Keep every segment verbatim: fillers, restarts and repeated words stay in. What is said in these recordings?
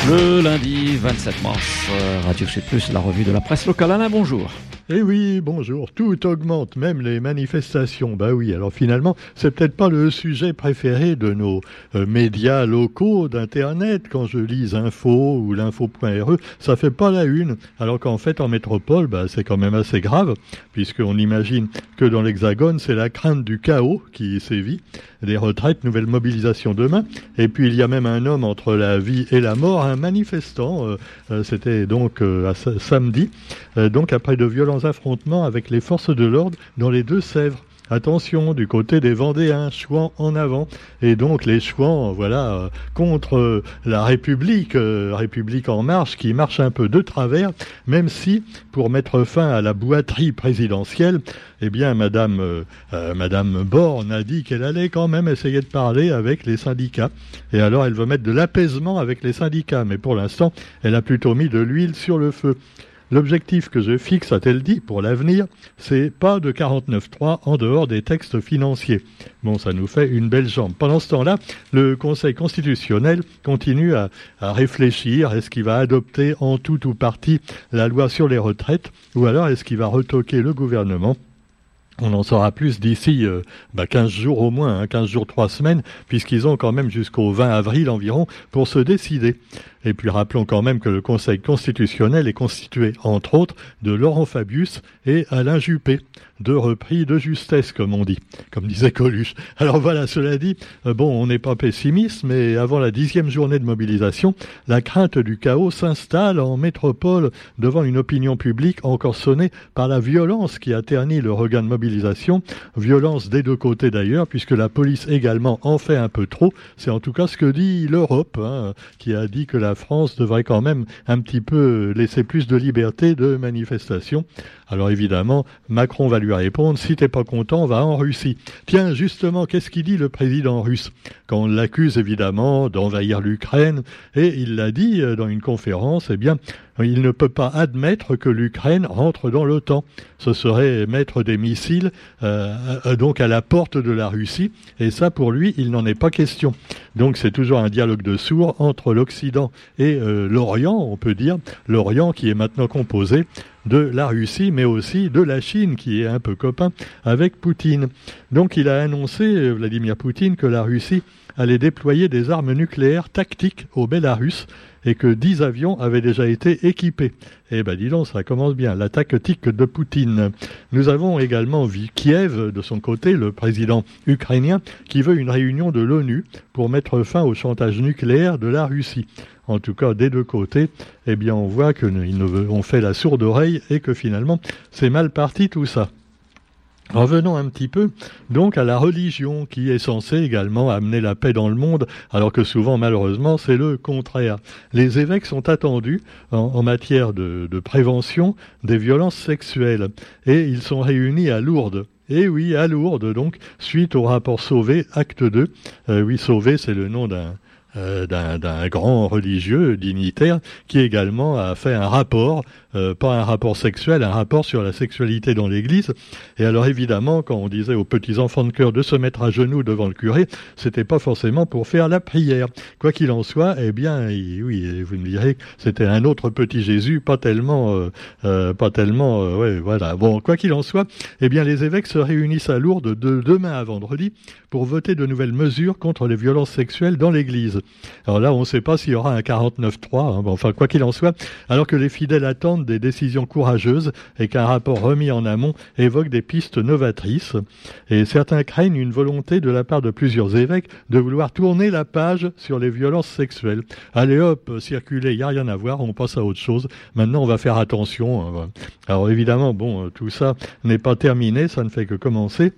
Le lundi vingt-sept mars, Radio Sud Plus, la revue de la presse locale. Alain, bonjour. Eh oui, bonjour. Tout augmente, même les manifestations. Bah oui, alors finalement, c'est peut-être pas le sujet préféré de nos euh, médias locaux d'Internet. Quand je lis Info ou l'info point r e, ça fait pas la une. Alors qu'en fait, en métropole, bah, c'est quand même assez grave, puisqu'on imagine que dans l'Hexagone, c'est la crainte du chaos qui sévit. Des retraites, nouvelle mobilisation demain. Et puis, il y a même un homme entre la vie et la mort, un manifestant. Euh, euh, c'était donc euh, à samedi. Euh, donc, après de violents affrontements avec les forces de l'ordre dans les Deux-Sèvres. Attention, du côté des Vendéens, Chouans en avant. Et donc les Chouans, voilà, euh, contre euh, la République, euh, République en marche, qui marche un peu de travers, même si, pour mettre fin à la boîterie présidentielle, eh bien, Madame, euh, euh, Madame Borne a dit qu'elle allait quand même essayer de parler avec les syndicats. Et alors, elle veut mettre de l'apaisement avec les syndicats. Mais pour l'instant, elle a plutôt mis de l'huile sur le feu. L'objectif que je fixe, a-t-elle dit, pour l'avenir, c'est pas de quarante-neuf trois en dehors des textes financiers. Bon, ça nous fait une belle jambe. Pendant ce temps-là, le Conseil constitutionnel continue à, à réfléchir. Est-ce qu'il va adopter en tout ou partie la loi sur les retraites, ou alors est-ce qu'il va retoquer le gouvernement? On en saura plus d'ici euh, bah, quinze jours au moins, hein, quinze jours, trois semaines, puisqu'ils ont quand même jusqu'au vingt avril environ pour se décider. Et puis rappelons quand même que le Conseil constitutionnel est constitué, entre autres, de Laurent Fabius et Alain Juppé. Deux repris de justesse, comme on dit, comme disait Coluche. Alors voilà, cela dit, euh, bon, on n'est pas pessimiste, mais avant la dixième journée de mobilisation, la crainte du chaos s'installe en métropole devant une opinion publique encore sonnée par la violence qui a terni le regain de mobilisation. Violence des deux côtés d'ailleurs, puisque la police également en fait un peu trop. C'est en tout cas ce que dit l'Europe, hein, qui a dit que la France devrait quand même un petit peu laisser plus de liberté de manifestation. Alors évidemment, Macron va lui répondre, si t'es pas content, va en Russie. Tiens, justement, qu'est-ce qu'il dit le président russe? Quand on l'accuse évidemment d'envahir l'Ukraine, et il l'a dit dans une conférence, eh bien, il ne peut pas admettre que l'Ukraine rentre dans l'OTAN. Ce serait mettre des missiles euh, donc à la porte de la Russie, et ça pour lui, il n'en est pas question. Donc c'est toujours un dialogue de sourds entre l'Occident et euh, l'Orient, on peut dire, l'Orient qui est maintenant composé de la Russie, mais aussi de la Chine, qui est un peu copain avec Poutine. Donc il a annoncé, Vladimir Poutine, que la Russie allait déployer des armes nucléaires tactiques au Bélarus et que dix avions avaient déjà été équipés. Eh ben dis donc, ça commence bien, la tactique de Poutine. Nous avons également vu Kiev, de son côté, le président ukrainien, qui veut une réunion de l'ONU pour mettre fin au chantage nucléaire de la Russie. En tout cas, des deux côtés, eh bien, on voit qu'on fait la sourde oreille et que finalement, c'est mal parti tout ça. Revenons un petit peu donc à la religion qui est censée également amener la paix dans le monde, alors que souvent malheureusement c'est le contraire. Les évêques sont attendus en, en matière de, de prévention des violences sexuelles et ils sont réunis à Lourdes. Et oui, à Lourdes donc, suite au rapport Sauvé, acte deux. Euh, oui, Sauvé, c'est le nom d'un Euh, d'un, d'un grand religieux dignitaire qui également a fait un rapport, euh, pas un rapport sexuel, un rapport sur la sexualité dans l'Église. Et alors évidemment, quand on disait aux petits enfants de cœur de se mettre à genoux devant le curé, c'était pas forcément pour faire la prière. Quoi qu'il en soit, eh bien, il, oui, vous me direz que c'était un autre petit Jésus, pas tellement, euh, euh, pas tellement, euh, ouais, voilà. Bon, quoi qu'il en soit, eh bien, les évêques se réunissent à Lourdes de demain à vendredi pour voter de nouvelles mesures contre les violences sexuelles dans l'Église. Alors là, on ne sait pas s'il y aura un quarante-neuf trois, hein. Bon, enfin, quoi qu'il en soit, alors que les fidèles attendent des décisions courageuses et qu'un rapport remis en amont évoque des pistes novatrices. Et certains craignent une volonté de la part de plusieurs évêques de vouloir tourner la page sur les violences sexuelles. Allez hop, circuler, il n'y a rien à voir, on passe à autre chose. Maintenant, on va faire attention. Hein. Alors évidemment, bon, tout ça n'est pas terminé, ça ne fait que commencer.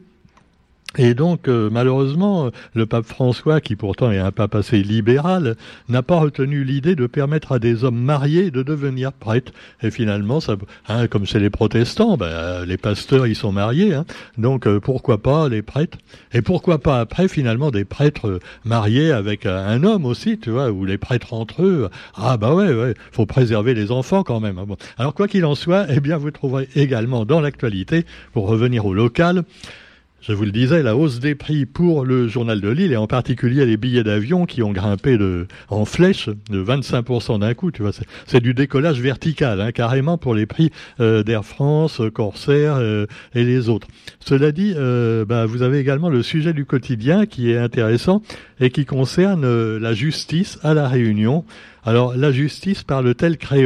Et donc, euh, malheureusement, le pape François, qui pourtant est un pape assez libéral, n'a pas retenu l'idée de permettre à des hommes mariés de devenir prêtres. Et finalement, ça, hein, comme c'est les protestants, ben, les pasteurs, ils sont mariés. Hein, donc, euh, pourquoi pas les prêtres? Et pourquoi pas après, finalement, des prêtres mariés avec un homme aussi, tu vois, ou les prêtres entre eux. Ah bah ouais, ouais, faut préserver les enfants quand même. Hein, bon. Alors, quoi qu'il en soit, eh bien, vous trouverez également dans l'actualité, pour revenir au local, Je vous le disais, la hausse des prix pour le journal de Lille et en particulier les billets d'avion qui ont grimpé de, en flèche de vingt-cinq pour cent d'un coup. Tu vois, c'est, c'est du décollage vertical, hein, carrément pour les prix euh, d'Air France, Corsair euh, et les autres. Cela dit, euh, bah, vous avez également le sujet du quotidien qui est intéressant et qui concerne euh, la justice à La Réunion. Alors, la justice parle-t-elle créole ?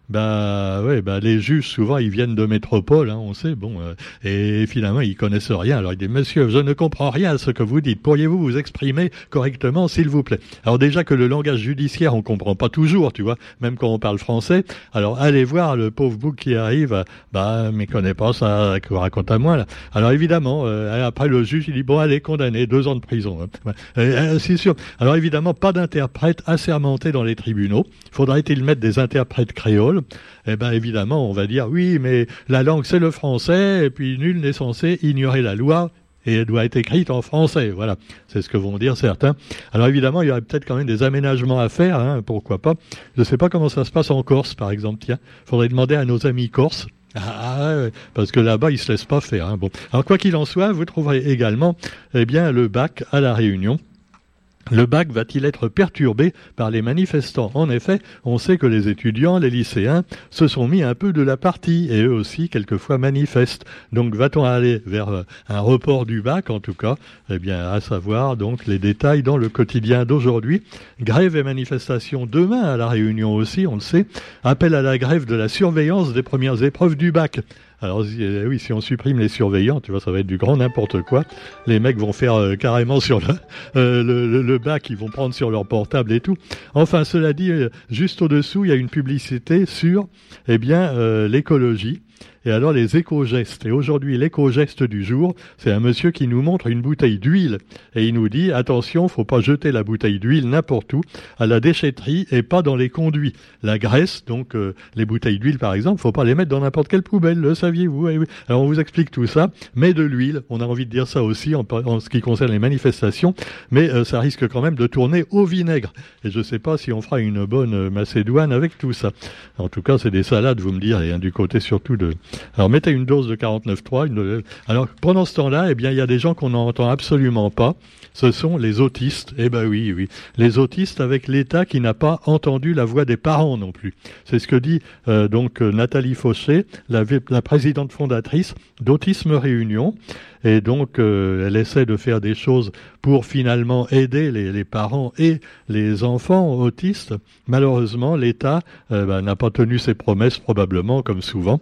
Bah ouais, bah les juges souvent ils viennent de métropole, hein, on sait, bon, euh, et finalement ils connaissent rien. Alors ils disent monsieur, je ne comprends rien à ce que vous dites. Pourriez-vous vous exprimer correctement, s'il vous plaît ? Alors déjà que le langage judiciaire on comprend pas toujours, tu vois, même quand on parle français. Alors allez voir le pauvre bouc qui arrive, bah mais connaît pas ça, raconte à moi là. Alors évidemment, euh, après le juge il dit bon allez condamné deux ans de prison. Hein. Euh, euh, c'est sûr. Alors évidemment pas d'interprète assermenté dans les tribunaux. Faudrait-il mettre des interprètes créoles ? Eh ben évidemment, on va dire oui, mais la langue c'est le français, et puis nul n'est censé ignorer la loi, et elle doit être écrite en français. Voilà, c'est ce que vont dire certains. Alors évidemment, il y aurait peut-être quand même des aménagements à faire, hein, pourquoi pas. Je ne sais pas comment ça se passe en Corse, par exemple. Tiens, faudrait demander à nos amis corses. Ah, ouais, parce que là-bas, ils se laissent pas faire. Hein. Bon, alors quoi qu'il en soit, vous trouverez également, eh bien, le bac à La Réunion. Le bac va-t-il être perturbé par les manifestants ? En effet, on sait que les étudiants, les lycéens, se sont mis un peu de la partie et eux aussi, quelquefois, manifestent. Donc, va-t-on aller vers un report du bac, en tout cas ? Eh bien, à savoir, donc, les détails dans le quotidien d'aujourd'hui. Grève et manifestation demain à La Réunion aussi, on le sait. Appel à la grève de la surveillance des premières épreuves du bac. Alors oui, si on supprime les surveillants, tu vois, ça va être du grand n'importe quoi. Les mecs vont faire euh, carrément sur le, euh, le, le, le bac, ils vont prendre sur leur portable et tout. Enfin, cela dit, euh, juste au-dessous, il y a une publicité sur, eh bien, euh, l'écologie. Et alors les éco-gestes. Et aujourd'hui, l'éco-geste du jour, c'est un monsieur qui nous montre une bouteille d'huile. Et il nous dit, attention, faut pas jeter la bouteille d'huile n'importe où, à la déchetterie et pas dans les conduits. La graisse, donc euh, les bouteilles d'huile par exemple, faut pas les mettre dans n'importe quelle poubelle, le saviez-vous ? Oui, oui. Alors on vous explique tout ça, mais de l'huile, on a envie de dire ça aussi en, en ce qui concerne les manifestations, mais euh, ça risque quand même de tourner au vinaigre. Et je sais pas si on fera une bonne Macédoine avec tout ça. En tout cas, c'est des salades, vous me direz, hein, du côté surtout de... Alors mettez une dose de quarante-neuf trois. Une... Alors pendant ce temps-là, eh bien il y a des gens qu'on n'entend absolument pas. Ce sont les autistes. Eh ben oui, oui, les autistes avec l'État qui n'a pas entendu la voix des parents non plus. C'est ce que dit euh, donc Nathalie Fauché, la, la présidente fondatrice d'Autisme Réunion. Et donc, euh, elle essaie de faire des choses pour finalement aider les, les parents et les enfants autistes. Malheureusement, l'État euh, bah, n'a pas tenu ses promesses, probablement, comme souvent.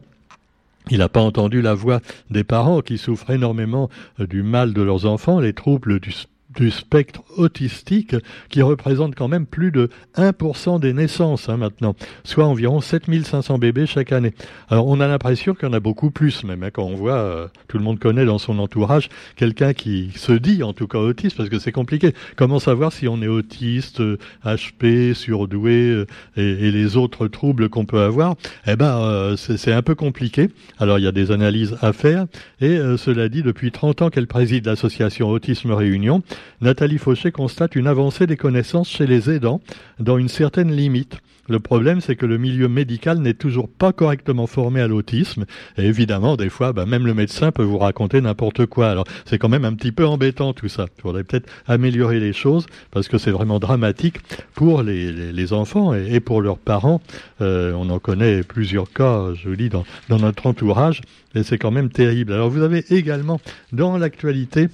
Il n'a pas entendu la voix des parents qui souffrent énormément euh, du mal de leurs enfants, les troubles du du spectre autistique qui représente quand même plus de un pour cent des naissances hein, maintenant, soit environ sept mille cinq cents bébés chaque année. Alors on a l'impression qu'il y en a beaucoup plus même, hein, quand on voit, euh, tout le monde connaît dans son entourage quelqu'un qui se dit en tout cas autiste, parce que c'est compliqué. Comment savoir si on est autiste, euh, H P, surdoué euh, et, et les autres troubles qu'on peut avoir ? Eh ben euh, c'est, c'est un peu compliqué. Alors il y a des analyses à faire et euh, cela dit, depuis trente ans qu'elle préside l'association Autisme Réunion, Nathalie Fauché constate une avancée des connaissances chez les aidants dans une certaine limite. Le problème, c'est que le milieu médical n'est toujours pas correctement formé à l'autisme. Et évidemment, des fois, bah, même le médecin peut vous raconter n'importe quoi. Alors, c'est quand même un petit peu embêtant tout ça. Il faudrait peut-être améliorer les choses parce que c'est vraiment dramatique pour les, les, les enfants et, et pour leurs parents. Euh, on en connaît plusieurs cas, je lis, dans, dans notre entourage. Et c'est quand même terrible. Alors, vous avez également, dans l'actualité,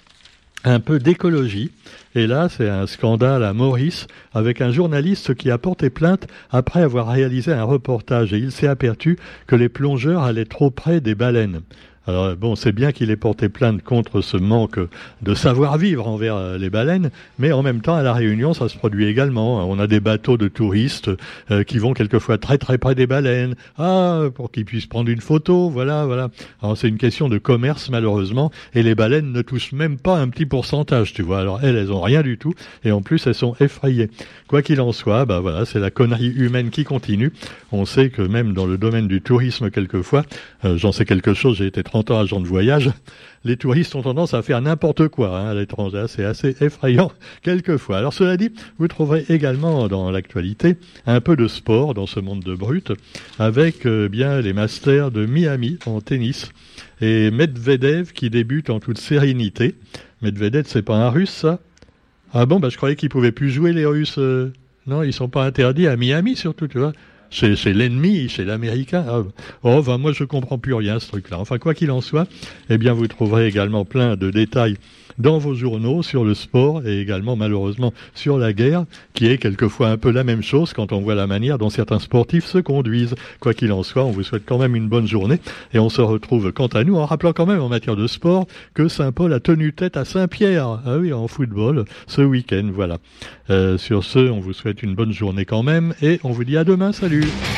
un peu d'écologie. Et là, c'est un scandale à Maurice avec un journaliste qui a porté plainte après avoir réalisé un reportage. Et il s'est aperçu que les plongeurs allaient trop près des baleines. Alors bon, c'est bien qu'il ait porté plainte contre ce manque de savoir-vivre envers les baleines, mais en même temps, à La Réunion, ça se produit également. On a des bateaux de touristes euh, qui vont quelquefois très très près des baleines, ah, pour qu'ils puissent prendre une photo, voilà, voilà. Alors c'est une question de commerce, malheureusement, et les baleines ne touchent même pas un petit pourcentage, tu vois. Alors elles, elles ont rien du tout, et en plus, elles sont effrayées. Quoi qu'il en soit, bah voilà, c'est la connerie humaine qui continue. On sait que même dans le domaine du tourisme, quelquefois, euh, j'en sais quelque chose, j'ai été trente ans agent de voyage, les touristes ont tendance à faire n'importe quoi hein, à l'étranger. C'est assez effrayant quelquefois. Alors cela dit, vous trouverez également dans l'actualité un peu de sport dans ce monde de brut, avec euh, bien les Masters de Miami en tennis et Medvedev qui débute en toute sérénité. Medvedev, c'est pas un Russe, ça? Ah bon, bah je croyais qu'ils pouvaient plus jouer les Russes. Euh... Non, ils sont pas interdits à Miami surtout, tu vois. C'est, c'est l'ennemi, c'est l'Américain. Ah, oh, ben moi je comprends plus rien ce truc-là. Enfin, quoi qu'il en soit, eh bien vous trouverez également plein de détails dans vos journaux sur le sport et également malheureusement sur la guerre, qui est quelquefois un peu la même chose quand on voit la manière dont certains sportifs se conduisent. Quoi qu'il en soit, on vous souhaite quand même une bonne journée et on se retrouve quant à nous en rappelant quand même en matière de sport que Saint-Paul a tenu tête à Saint-Pierre. Ah oui, en football ce week-end, voilà. Euh, sur ce, on vous souhaite une bonne journée quand même et on vous dit à demain. Salut!